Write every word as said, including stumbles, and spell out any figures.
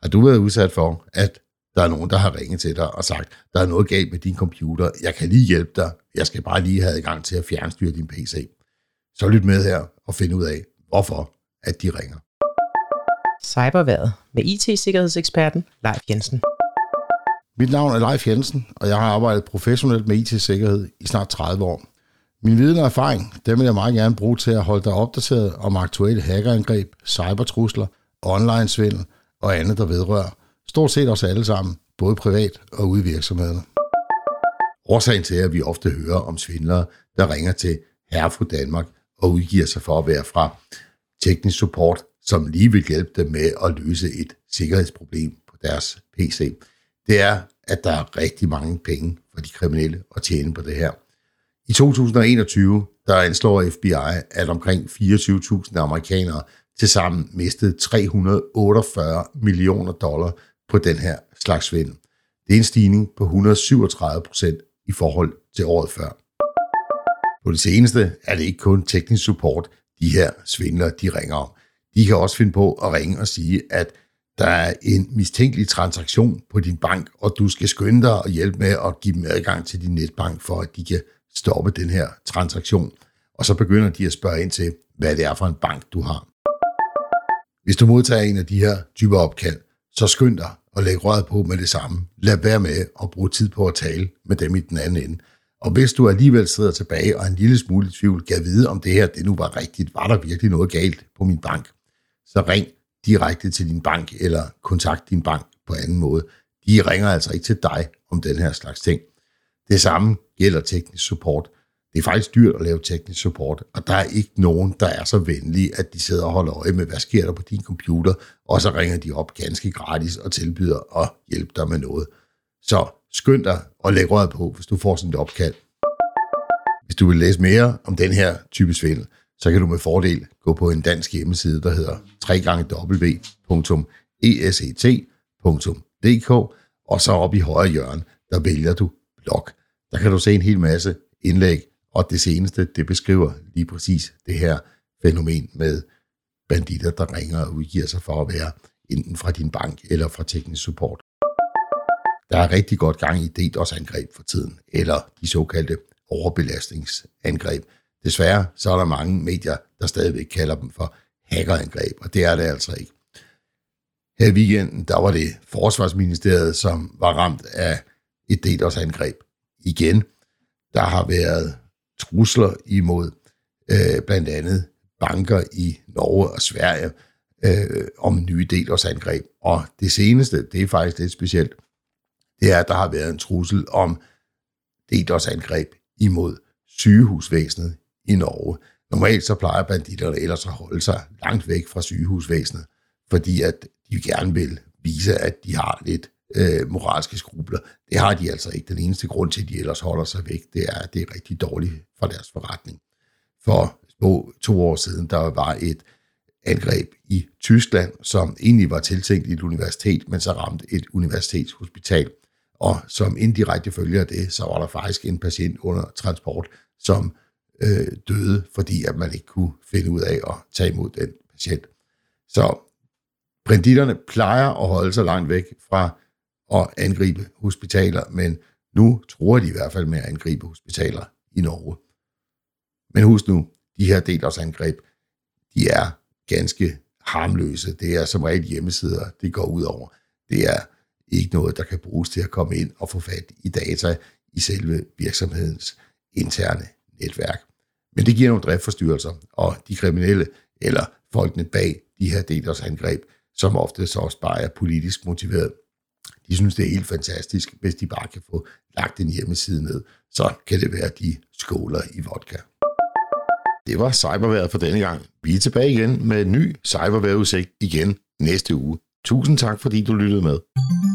Har du været udsat for, at der er nogen, der har ringet til dig og sagt, der er noget galt med din computer, jeg kan lige hjælpe dig, jeg skal bare lige have adgang til at fjernstyre din P C. Så lyt med her og find ud af, hvorfor at de ringer. Cyberværet med I T-sikkerhedseksperten Leif Jensen. Mit navn er Leif Jensen, og jeg har arbejdet professionelt med I T-sikkerhed i snart tredive år. Min viden og erfaring, dem vil jeg meget gerne bruge til at holde dig opdateret om aktuelle hackerangreb, cybertrusler, online-svindel og andet, der vedrører stort set os alle sammen, både privat og ude i virksomhederne. Årsagen til, at vi ofte hører om svindlere, der ringer til Herre Fru Danmark og udgiver sig for at være fra teknisk support, som lige vil hjælpe dem med at løse et sikkerhedsproblem på deres P C, det er, at der er rigtig mange penge for de kriminelle at tjene på det her. I to tusind og enogtyve, der anslår F B I, at omkring fireogtyve tusind amerikanere tilsammen mistede tre hundrede og otteogfyrre millioner dollar på den her slags svindel. Det er en stigning på et hundrede og syvogtredive procent i forhold til året før. På det seneste er det ikke kun teknisk support, de her svindlere de ringer om. De kan også finde på at ringe og sige, at der er en mistænkelig transaktion på din bank, og du skal skynde dig og hjælpe med at give dem adgang til din netbank, for at de kan stoppe den her transaktion. Og så begynder de at spørge ind til, hvad det er for en bank, du har. Hvis du modtager en af de her typer opkald, så skynd dig og læg røret på med det samme. Lad være med at bruge tid på at tale med dem i den anden ende. Og hvis du alligevel sidder tilbage og er en lille smule i tvivl, kan vide, om det her det nu var rigtigt, var der virkelig noget galt på min bank, så ring direkte til din bank, eller kontakt din bank på anden måde. De ringer altså ikke til dig om den her slags ting. Det samme gælder teknisk support. Det er faktisk dyrt at lave teknisk support, og der er ikke nogen, der er så venlige, at de sidder og holder øje med, hvad sker der på din computer, og så ringer de op ganske gratis og tilbyder at hjælpe dig med noget. Så skynd dig og læg røret på, hvis du får sådan et opkald. Hvis du vil læse mere om den her type svindel, så kan du med fordel gå på en dansk hjemmeside, der hedder w w w punktum e s e t punktum d k, og så op i højre hjørne, der vælger du blog. Der kan du se en hel masse indlæg, og det seneste, det beskriver lige præcis det her fænomen med banditter, der ringer og udgiver sig for at være enten fra din bank eller fra teknisk support. Der er rigtig godt gang i DDoS-angreb for tiden, eller de såkaldte overbelastningsangreb. Desværre så er der mange medier, der stadigvæk kalder dem for hackerangreb, og det er det altså ikke. Her i weekenden, der var det Forsvarsministeriet, som var ramt af et DDoS-angreb. Igen, der har været trusler imod øh, blandt andet banker i Norge og Sverige øh, om nye DDoS-angreb. Og det seneste, det er faktisk lidt specielt, det er, at der har været en trussel om DDoS-angreb imod sygehusvæsenet i Norge. Normalt så plejer banditterne ellers at holde sig langt væk fra sygehusvæsenet, fordi at de gerne vil vise, at de har lidt øh, moralske skrubler. Det har de altså ikke. Den eneste grund til, at de ellers holder sig væk, det er, at det er rigtig dårligt for deres forretning. For små to år siden, der var et angreb i Tyskland, som egentlig var tiltænkt et universitet, men så ramte et universitetshospital. Og som indirekte følger af det, så var der faktisk en patient under transport, som øh, døde, fordi at man ikke kunne finde ud af at tage imod den patient. Så banditterne plejer at holde sig langt væk fra at angribe hospitaler, men nu tror de i hvert fald med at angribe hospitaler i Norge. Men husk nu, de her DDoS-angreb, de er ganske harmløse. Det er som regel hjemmesider, det går ud over. Det er ikke noget, der kan bruges til at komme ind og få fat i data i selve virksomhedens interne netværk. Men det giver nogle driftforstyrrelser, og de kriminelle eller folkene bag de her DDoS-angreb, som ofte så også bare er politisk motiveret, de synes, det er helt fantastisk, hvis de bare kan få lagt en hjemmeside ned. Så kan det være, at de skåler i vodka. Det var cyberværet for denne gang. Vi er tilbage igen med en ny cyberværetudsigt igen næste uge. Tusind tak, fordi du lyttede med.